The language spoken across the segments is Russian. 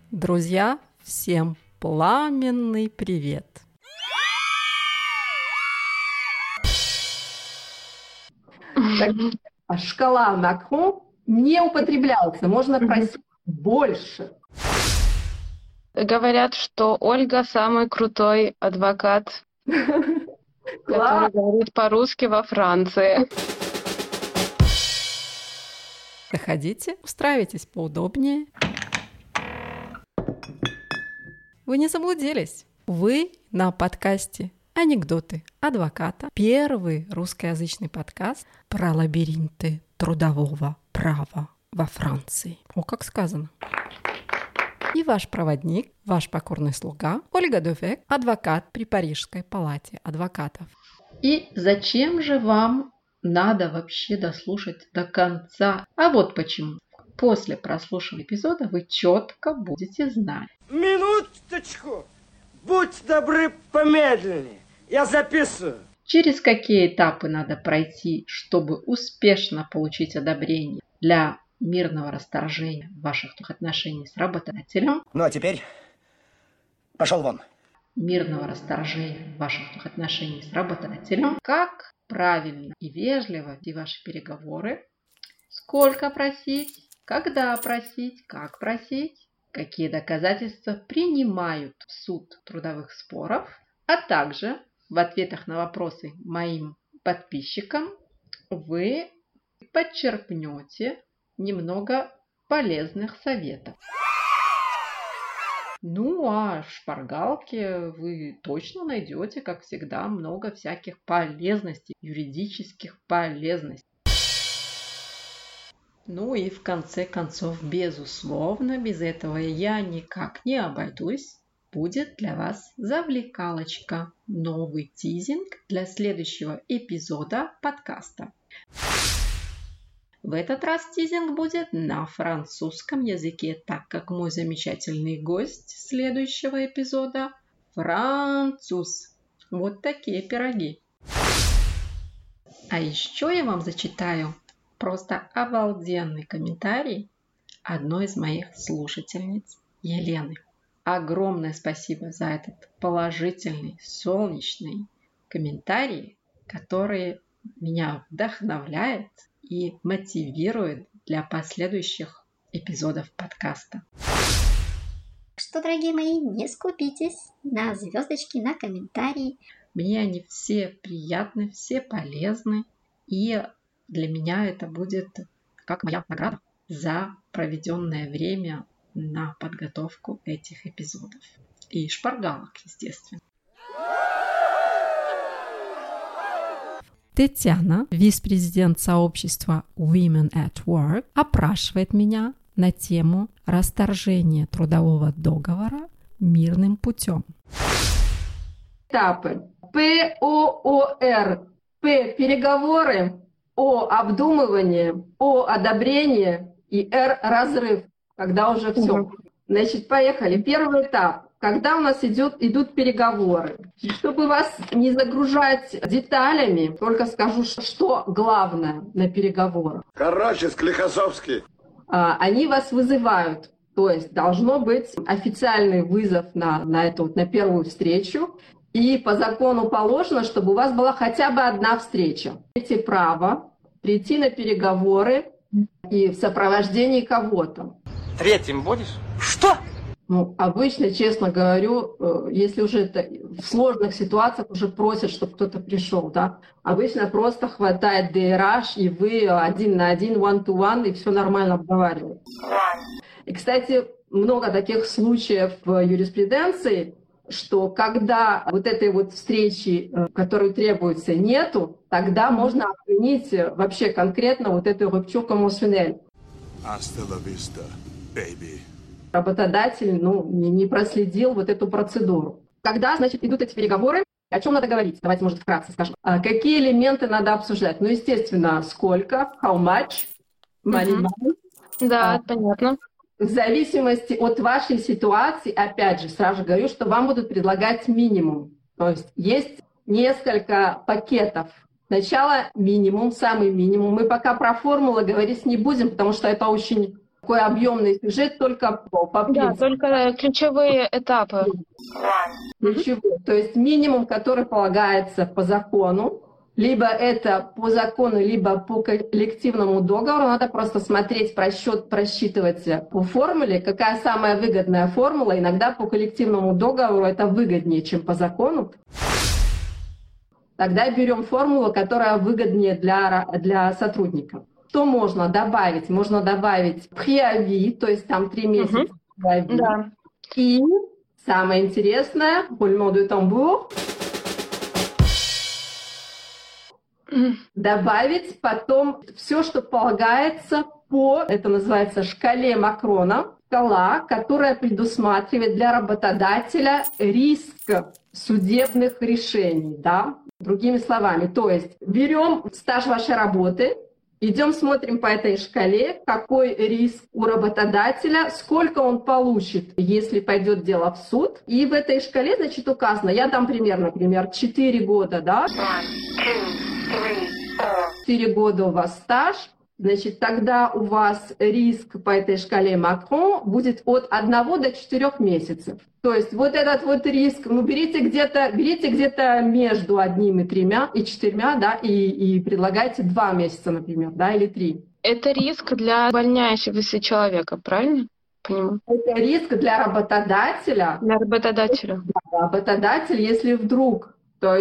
Друзья, всем пламенный привет! Шкала Макрон не употреблялась, можно просить больше. Говорят, что Ольга самый крутой адвокат, который говорит по-русски во Франции. Заходите, устраивайтесь поудобнее. Вы не заблудились. Вы на подкасте «Анекдоты адвоката». Первый русскоязычный подкаст про лабиринты трудового права во Франции. О, как сказано. И ваш проводник, ваш покорный слуга Ольга Дювек, адвокат при Парижской палате адвокатов. И зачем же вам надо вообще дослушать до конца? А вот почему. После прослушивания эпизода вы четко будете знать. Минуточку! Будь добры, помедленнее. Я записываю. Через какие этапы надо пройти, чтобы успешно получить одобрение для мирного расторжения ваших отношений с работодателем. Ну а теперь пошел вон. Мирного расторжения ваших отношений с работодателем. Как правильно и вежливо вести ваши переговоры. Сколько просить, когда просить, как просить. Какие доказательства принимают в суд трудовых споров, а также в ответах на вопросы моим подписчикам вы подчерпнете немного полезных советов. Ну а в шпаргалке вы точно найдете, как всегда, много всяких полезностей, юридических полезностей. Ну и в конце концов, безусловно, без этого я никак не обойдусь. Будет для вас завлекалочка. Новый тизинг для следующего эпизода подкаста. В этот раз тизинг будет на французском языке, так как мой замечательный гость следующего эпизода – француз. Вот такие пироги. А еще я вам зачитаю просто обалденный комментарий одной из моих слушательниц, Елены. Огромное спасибо за этот положительный, солнечный комментарий, который меня вдохновляет и мотивирует для последующих эпизодов подкаста. Что, дорогие мои, не скупитесь на звездочки, на комментарии. Мне они все приятны, все полезны, и для меня это будет как моя награда за проведенное время на подготовку этих эпизодов. И шпаргалок, естественно. Татьяна, вице-президент сообщества Women at Work, опрашивает меня на тему расторжения трудового договора мирным путем. Этапы. ПООР. П. Переговоры. О. Обдумывание. О. Одобрение. И Р. Разрыв. Когда уже все. Значит, поехали. Первый этап. Когда у нас идут переговоры. Чтобы вас не загружать деталями, только скажу, что главное на переговорах. Короче, Склифосовский. Они вас вызывают. То есть должно быть официальный вызов на первую встречу. И по закону положено, чтобы у вас была хотя бы одна встреча. Имеете право прийти на переговоры и в сопровождении кого-то. Третьим будешь? Что? Ну, обычно, честно говорю, если уже это в сложных ситуациях уже просят, чтобы кто-то пришел, да, обычно просто хватает DRH, и вы один на один, one-to-one, и все нормально обговариваете. И, кстати, много таких случаев в юриспруденции, что когда вот этой вот встречи, которую требуется, нету, тогда можно обвинить вообще конкретно вот эту rupture conventionnelle. Hasta la vista, baby. Работодатель не проследил вот эту процедуру. Когда, значит, идут эти переговоры, о чем надо говорить? Давайте, может, вкратце скажем. Какие элементы надо обсуждать? Ну, естественно, сколько, how much, money. Да, понятно. В зависимости от вашей ситуации, опять же, сразу говорю, что вам будут предлагать минимум. То есть несколько пакетов. Сначала минимум, самый минимум. Мы пока про формулы говорить не будем, потому что это очень такой объемный сюжет только по Да, принципу. только ключевые этапы. Ключевой. То есть минимум, который полагается по закону, либо это по закону, либо по коллективному договору. Надо просто смотреть просчитывать по формуле, какая самая выгодная формула. Иногда по коллективному договору это выгоднее, чем по закону. Тогда берем формулу, которая выгоднее для сотрудника. Что можно добавить? Можно добавить préavis, то есть там 3 месяца préavis. Да. И самое интересное, roulement de tambour, добавить потом все, что полагается по, это называется шкале Макрона, шкала, которая предусматривает для работодателя риск судебных решений, да? Другими словами, то есть берем стаж вашей работы, идем смотрим по этой шкале, какой риск у работодателя, сколько он получит, если пойдет дело в суд. И в этой шкале, значит, указано, я дам пример, например, 4 года, да? 4 года у вас стаж, значит, тогда у вас риск по этой шкале Макрон будет от 1 до 4 месяцев. То есть вот этот вот риск, ну, берите где-то между 1 и 3 и 4, да, и предлагайте 2 месяца, например, да, или 3. Это риск для увольняющегося человека, правильно? Понимаю. Это риск для работодателя. Для работодателя. Да, работодатель, если вдруг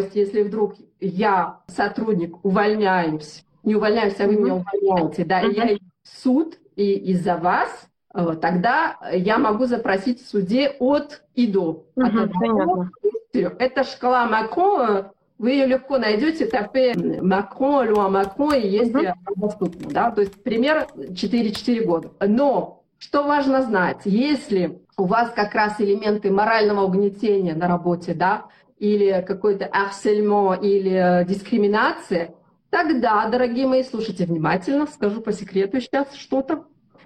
я, сотрудник, увольняюсь, не увольняюсь, а вы меня увольняете, да, и я иду в суд и из-за вас, тогда я могу запросить в суде от и до. Понятно. Это шкала Макрон, вы ее легко найдете, тапе Макрон, Луа Макрон, и есть доступно, да, то есть пример 4 года. Но что важно знать, если у вас как раз элементы морального угнетения на работе, да, или какой-то harcèlement, или дискриминация, тогда, дорогие мои, слушайте внимательно, скажу по секрету сейчас что-то.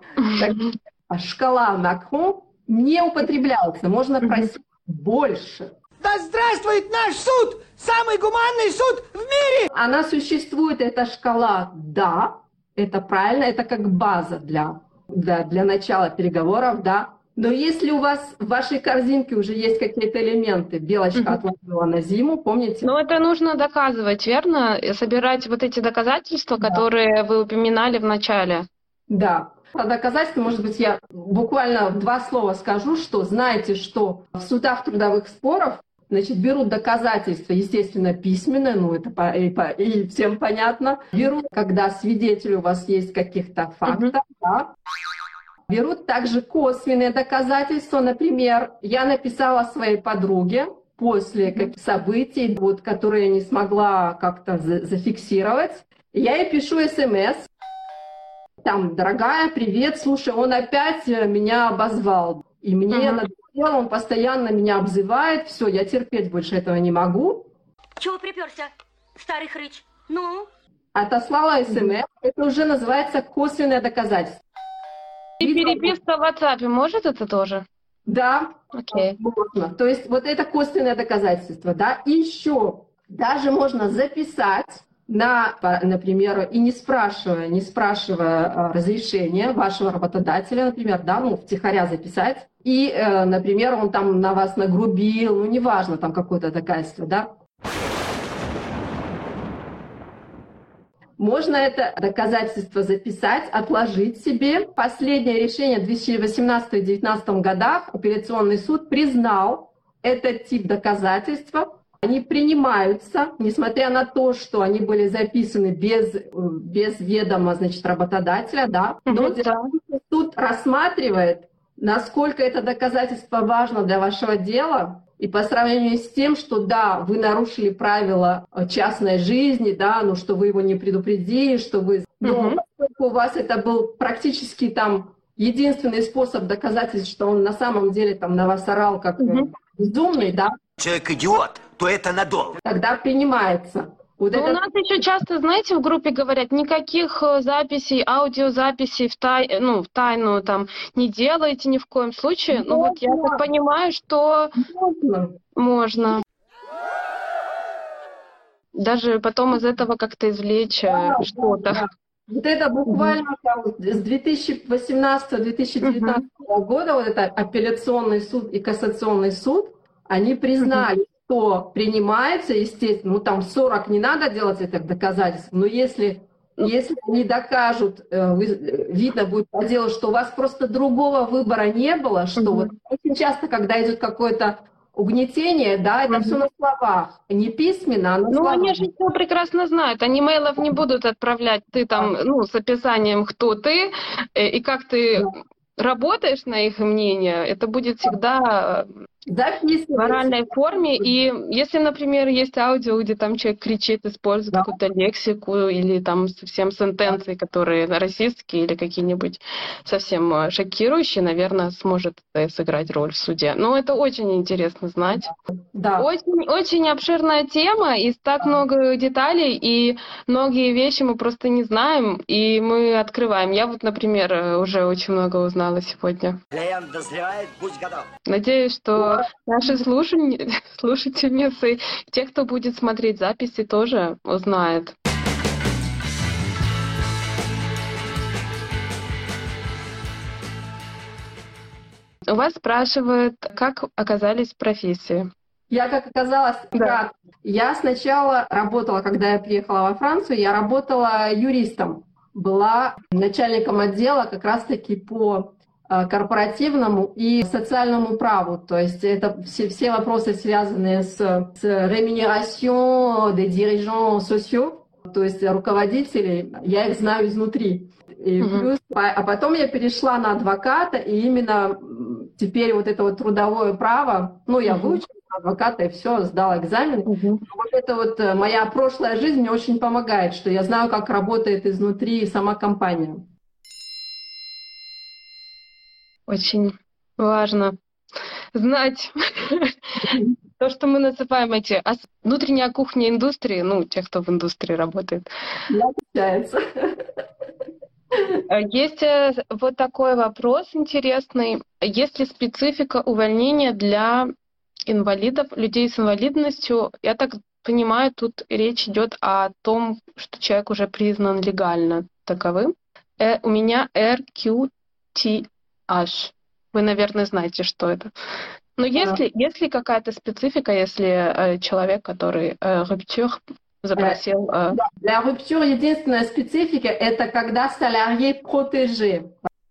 Шкала Макрон не употребляется, можно просить больше. Да здравствует наш суд! Самый гуманный суд в мире! Она существует, эта шкала, да, это правильно, это как база для начала переговоров, да. Но если у вас в вашей корзинке уже есть какие-то элементы, белочка отложила на зиму, помните? Но это нужно доказывать, верно? И собирать вот эти доказательства, которые вы упоминали в начале. Да. По доказательству, может быть, я буквально 2 слова скажу, что знаете, что в судах трудовых споров, значит, берут доказательства, естественно, письменные, ну, это и всем понятно. Берут, когда свидетели у вас есть каких-то фактов, да. Берут также косвенные доказательства. Например, я написала своей подруге после каких-то событий, вот, которые я не смогла как-то зафиксировать. Я ей пишу СМС. Там, дорогая, привет, слушай, он опять меня обозвал. И мне надоело, он постоянно меня обзывает. Все, я терпеть больше этого не могу. Чего приперся, старый хрыч? Ну? Отослала СМС. Это уже называется косвенное доказательство. И переписка в WhatsApp может это тоже? Да, Окей. можно. То есть вот это косвенное доказательство, да. И еще даже можно записать например, и не спрашивая разрешения вашего работодателя, например, да, ну, втихаря записать, и, например, он там на вас нагрубил, ну, неважно, там какое-то доказательство, да. Можно это доказательство записать, отложить себе. Последнее решение в 2018-2019 годах апелляционный суд признал этот тип доказательства. Они принимаются, несмотря на то, что они были записаны без ведома, значит, работодателя, да. Но суд рассматривает, насколько это доказательство важно для вашего дела, и по сравнению с тем, что да, вы нарушили правила частной жизни, да, ну что вы его не предупредили, что вы... Но поскольку у вас это был практически там единственный способ доказать, что он на самом деле там на вас орал как безумный, да. Человек идиот, то это надолго. Тогда принимается. Вот У нас еще часто, знаете, в группе говорят, никаких записей, аудиозаписей в тайну там не делайте ни в коем случае. Ну вот я так понимаю, что можно. Даже потом из этого как-то извлечь что-то. Вот это буквально там, с 2018-2019 года вот это апелляционный суд и кассационный суд, они признали, что принимается, естественно, ну там 40 не надо делать этих доказательств, но если они докажут, видно будет по делу, что у вас просто другого выбора не было, что вот очень часто, когда идет какое-то угнетение, да, это все на словах, не письменно, а на словах. Ну, они же все прекрасно знают, они мейлов не будут отправлять, ты там, ну, с описанием, кто ты и как ты работаешь на их мнение, это будет всегда в моральной форме. И если, например, есть аудио, где там человек кричит, использует какую-то лексику или там совсем сентенции, которые расистские или какие-нибудь совсем шокирующие, наверное, сможет сыграть роль в суде. Но это очень интересно знать. Да. Очень, очень обширная тема, и так много деталей, и многие вещи мы просто не знаем, и мы открываем. Я вот, например, уже очень много узнала сегодня. Клиент дозревает, будь готов. Надеюсь, что наши слушательницы, те, кто будет смотреть записи, тоже узнают. У вас спрашивают, как оказались в профессии. Я, как оказалось, я сначала работала, когда я приехала во Францию, я работала юристом, была начальником отдела как раз-таки по корпоративному и социальному праву. То есть это все вопросы, связанные с rémunération des dirigeants sociaux, то есть руководителей, я их знаю изнутри. И плюс, а потом я перешла на адвоката, и именно теперь вот это вот трудовое право, ну, я выучила адвоката и все, сдала экзамен. Вот это вот моя прошлая жизнь мне очень помогает, что я знаю, как работает изнутри сама компания. Очень важно знать то, что мы называем эти внутренняя кухня индустрии, ну, тех, кто в индустрии работает. Отличается. Есть вот такой вопрос интересный. Есть ли специфика увольнения для инвалидов, людей с инвалидностью? Я так понимаю, тут речь идет о том, что человек уже признан легально таковым. У меня RQTH. Вы, наверное, знаете, что это. Но есть ли какая-то специфика, если человек, который rupture запросил... Для rupture единственная специфика – это когда salarié protégé.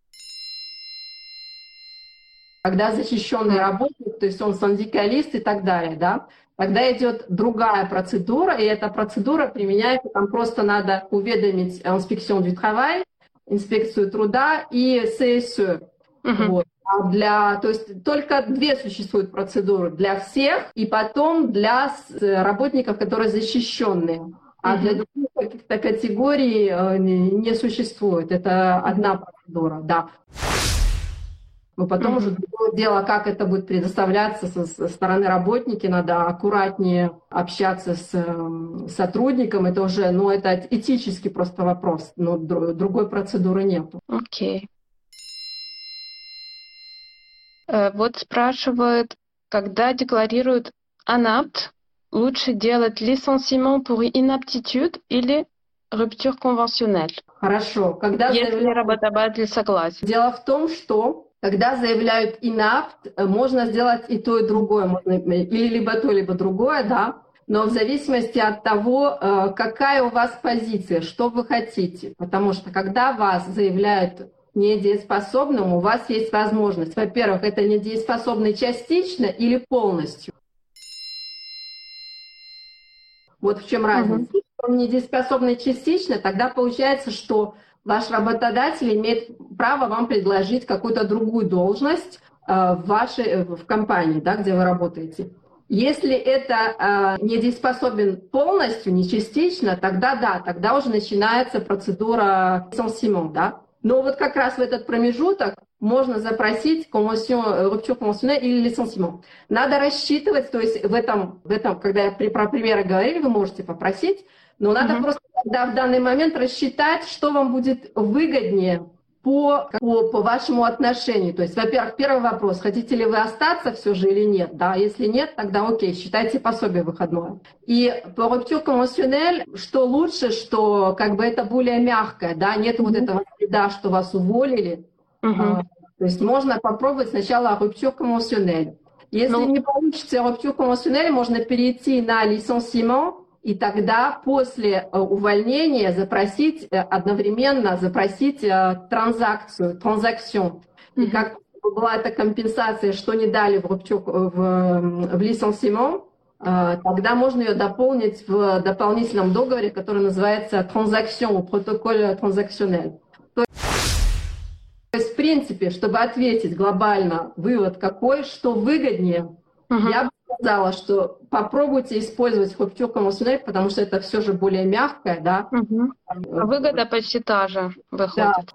Когда защищенный работник, то есть он синдикалист и так далее, да? Тогда идет другая процедура, и эта процедура применяется, там просто надо уведомить инспекцию du travail, инспекцию труда и CSE. Вот. То есть только две существуют процедуры для всех, и потом для работников, которые защищенные. А для других каких-то категорий не существует. Это одна процедура, да. Но потом уже другое дело, как это будет предоставляться со стороны работника, надо аккуратнее общаться с сотрудником, это уже, ну, это этический просто вопрос, но другой процедуры нету. Окей. Вот спрашивают, когда декларируют inapte, лучше делать licenciement pour inaptitude или rupture conventionnelle? Хорошо. Если работодатель согласен. Дело в том, что когда заявляют inapte, можно сделать и то, и другое. Можно или либо то, либо другое, да. Но в зависимости от того, какая у вас позиция, что вы хотите. Потому что когда вас заявляют недееспособным, у вас есть возможность. Во-первых, это недееспособный частично или полностью. Вот в чем разница. Если он недееспособный частично, тогда получается, что ваш работодатель имеет право вам предложить какую-то другую должность в компании, да, где вы работаете. Если это недееспособен полностью, не частично, тогда да, тогда уже начинается процедура licenciement, да. Но вот как раз в этот промежуток можно запросить rupture conventionnelle или licenciement. Надо рассчитывать, то есть в этом, когда про примеры говорили, вы можете попросить, но надо просто тогда в данный момент рассчитать, что вам будет выгоднее по вашему отношению. То есть, во-первых, первый вопрос, хотите ли вы остаться все же или нет, да, если нет, тогда окей, считайте пособие выходное. И по rupture conventionnelle, что лучше, что как бы это более мягкое, да, нет вот этого следа, что вас уволили. То есть можно попробовать сначала rupture conventionnelle. Если не получится rupture conventionnelle, можно перейти на licenciement, и тогда после увольнения одновременно запросить транзакцию. И как была эта компенсация, что не дали в licenciement, тогда можно ее дополнить в дополнительном договоре, который называется transaction, протокол transactionnel. То есть, в принципе, чтобы ответить глобально, вывод какой, что выгоднее, я бы сказала, что попробуйте использовать rupture conventionnelle, потому что это все же более мягкое, да. Выгода почти та же выходит. Да.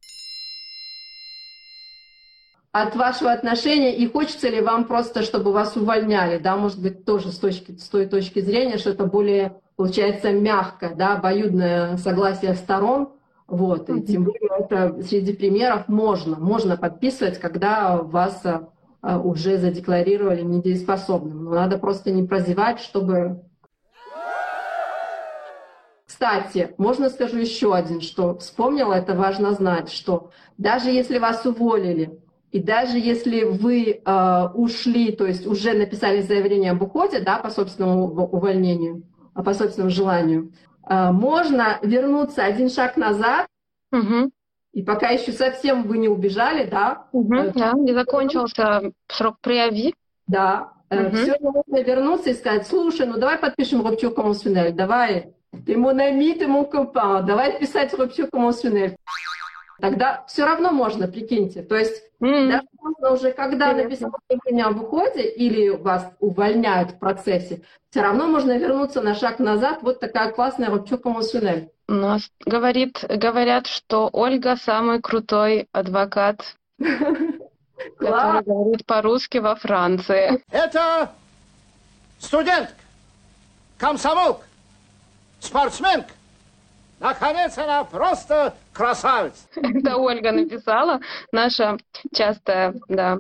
От вашего отношения, и хочется ли вам просто, чтобы вас увольняли, да, может быть, тоже с той точки зрения, что это более, получается, мягкое, да, обоюдное согласие сторон, вот, и тем более это среди примеров можно подписывать, когда вас уже задекларировали недееспособным. Но надо просто не прозевать, чтобы... Кстати, можно скажу еще один, что вспомнила, это важно знать, что даже если вас уволили, и даже если вы ушли, то есть уже написали заявление об уходе, да, по собственному увольнению, по собственному желанию, можно вернуться один шаг назад, и пока еще совсем вы не убежали, да? Да, не закончился срок преави. Да, все можно вернуться и сказать, слушай, ну давай подпишем rupture conventionnelle, давай, ты mon ami, ты mon copain, давай писать rupture conventionnelle. Тогда все равно можно, прикиньте. То есть даже можно уже, когда написано заявление об уходе или вас увольняют в процессе, все равно можно вернуться на шаг назад. Вот такая классная rupture conventionnelle. У нас говорят, что Ольга самый крутой адвокат, который говорит по-русски во Франции. Это студентка, комсомолка, спортсменка. Наконец, она просто красавица. Это Ольга написала, наша частая, да,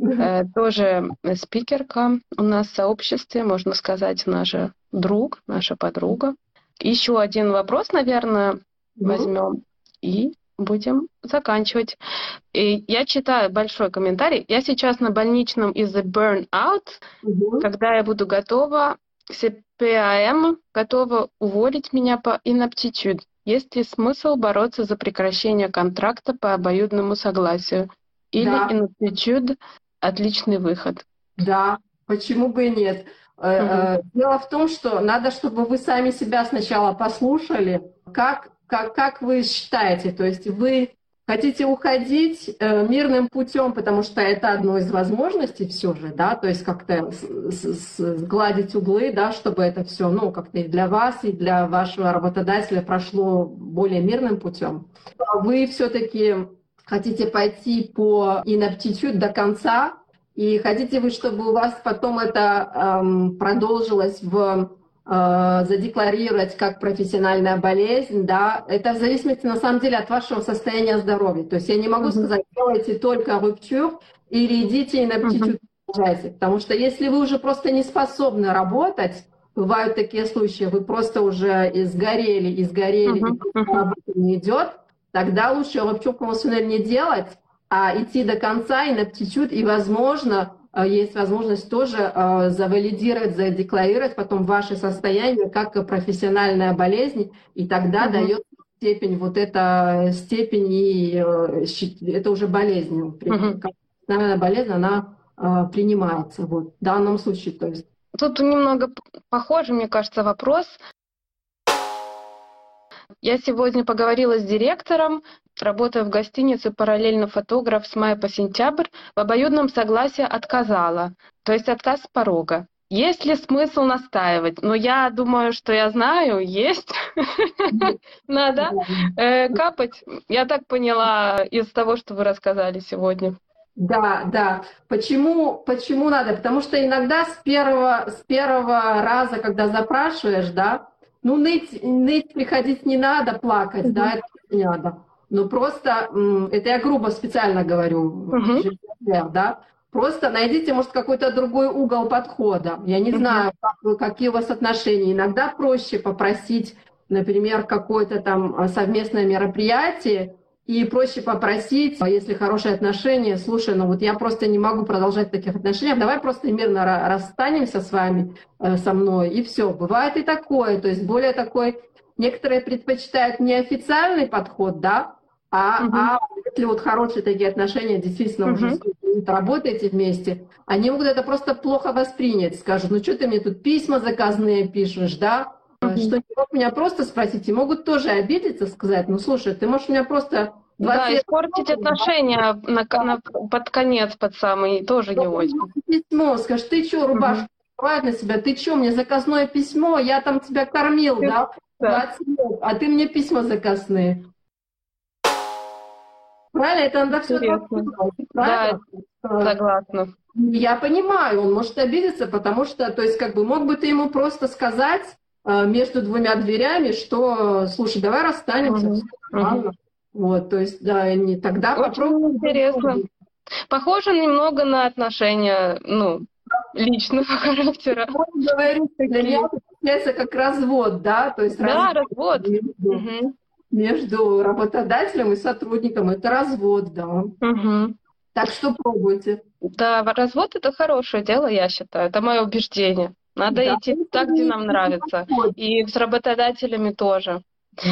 тоже спикерка у нас в сообществе, можно сказать, наша друг, наша подруга. Еще один вопрос, наверное, возьмем и будем заканчивать. И я читаю большой комментарий. Я сейчас на больничном из-за burnout, когда я буду готова, CPAM готова уволить меня по inaptitude. Есть ли смысл бороться за прекращение контракта по обоюдному согласию? Или inaptitude – отличный выход? Да, почему бы и нет? Дело в том, что надо, чтобы вы сами себя сначала послушали. Как вы считаете? То есть вы хотите уходить мирным путем, потому что это одно из возможностей все же, да, то есть как-то сгладить углы, да, чтобы это все, ну, как-то и для вас, и для вашего работодателя прошло более мирным путем. Вы все-таки хотите пойти по inaptitude до конца, и хотите вы, чтобы у вас потом это продолжилось задекларировать как профессиональная болезнь, да, это в зависимости, на самом деле, от вашего состояния здоровья. То есть я не могу сказать, делайте только rupture или идите inaptitude, потому что если вы уже просто не способны работать, бывают такие случаи, вы просто уже сгорели, и работа не идет, тогда лучше rupture conventionnelle не делать, а идти до конца inaptitude, и, возможно, есть возможность тоже завалидировать, задекларировать потом ваше состояние как профессиональная болезнь, и тогда дает степень, вот эта степень, и это уже болезнь. Профессиональная болезнь, она принимается вот, в данном случае. То есть. Тут немного похожий, мне кажется, вопрос. Я сегодня поговорила с директором, работая в гостинице, параллельно фотограф с мая по сентябрь, в обоюдном согласии отказала. То есть отказ с порога. Есть ли смысл настаивать? Но я думаю, что я знаю, есть. Надо капать. Я так поняла из того, что вы рассказали сегодня. Да. Почему надо? Потому что иногда с первого раза, когда запрашиваешь, да, ну, ныть приходить не надо, плакать, да, это не надо. но просто, это я грубо специально говорю, да, просто найдите, может, какой-то другой угол подхода. Я не знаю, какие у вас отношения. Иногда проще попросить, например, какое-то там совместное мероприятие, и проще попросить, если хорошие отношения, слушай, ну вот я просто не могу продолжать в таких отношениях, давай просто мирно расстанемся с вами, со мной, и все. Бывает и такое, то есть более такой, некоторые предпочитают неофициальный подход, да, а если вот хорошие такие отношения, действительно уже работаете вместе, они могут это просто плохо воспринять, скажут, ну что ты мне тут письма заказные пишешь, да, что не мог меня просто спросить, и могут тоже обидеться, сказать, ну слушай, ты можешь меня просто... Да, испортить отношения под конец, под самый, тоже не очень. Письмо, скажешь, ты что, рубашку надевает на себя, ты что, мне заказное письмо, я там тебя кормил, да, 20 лет, а ты мне письма заказные. Правильно? Это надо все да, согласна. Я понимаю, он может обидеться, потому что, то есть, как бы, мог бы ты ему просто сказать между двумя дверями, что, слушай, давай расстанемся, все нормально. Вот, то есть, да, не тогда попробуем. Интересно. Похоже немного на отношения, ну, личного характера. Для меня это получается как развод, да? То есть развод. Между работодателем и сотрудником. Это развод, да. Так что пробуйте. Да, развод — это хорошее дело, я считаю. Это мое убеждение. Надо идти так, где нам нравится. И с работодателями тоже.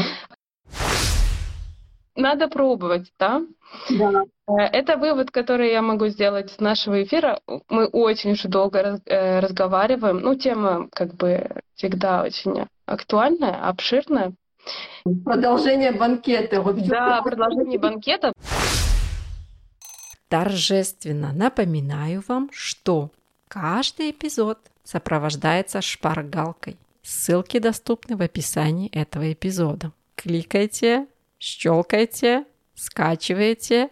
Надо пробовать, да? Да. Это вывод, который я могу сделать с нашего эфира. Мы очень уже долго разговариваем. Ну, тема как бы всегда очень актуальная, обширная. Продолжение банкета. Да, продолжение банкета. Торжественно напоминаю вам, что каждый эпизод сопровождается шпаргалкой. Ссылки доступны в описании этого эпизода. Кликайте, щелкайте, скачивайте.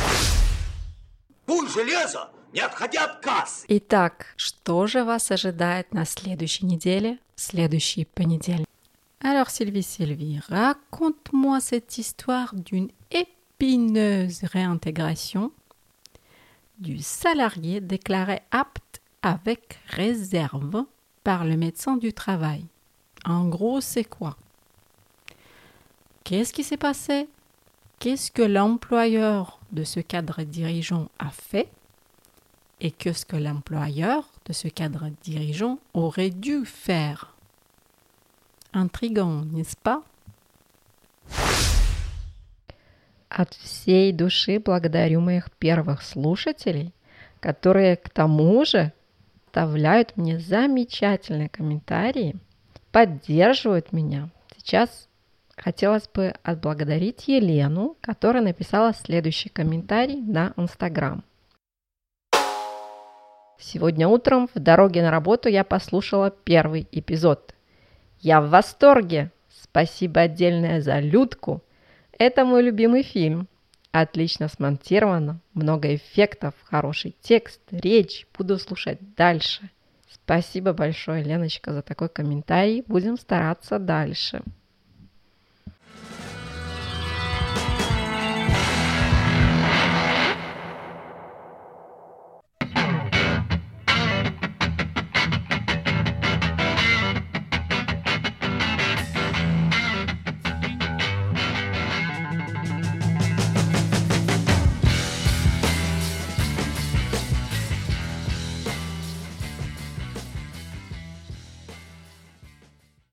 Пуль железо, не отходя от кассы. Итак, что же вас ожидает на следующей неделе, в следующий понедельник? Alors Sylvie, raconte-moi cette histoire d'une épineuse réintégration du salarié déclaré apte avec réserve par le médecin du travail. En gros, c'est quoi? Qu'est-ce qui s'est passé? Qu'est-ce que l'employeur de ce cadre dirigeant a fait? Et qu'est-ce que l'employeur de ce cadre dirigeant aurait dû faire? Intriguant, n'est-ce pas? От всей души благодарю моих первых слушателей, которые к тому же оставляют мне замечательные комментарии, поддерживают меня. Сейчас хотелось бы отблагодарить Елену, которая написала следующий комментарий на Инстаграм. Сегодня утром в дороге на работу я послушала первый эпизод. Я в восторге! Спасибо отдельное за Людку. Это мой любимый фильм. Отлично смонтировано, много эффектов, хороший текст, речь. Буду слушать дальше. Спасибо большое, Леночка, за такой комментарий. Будем стараться дальше.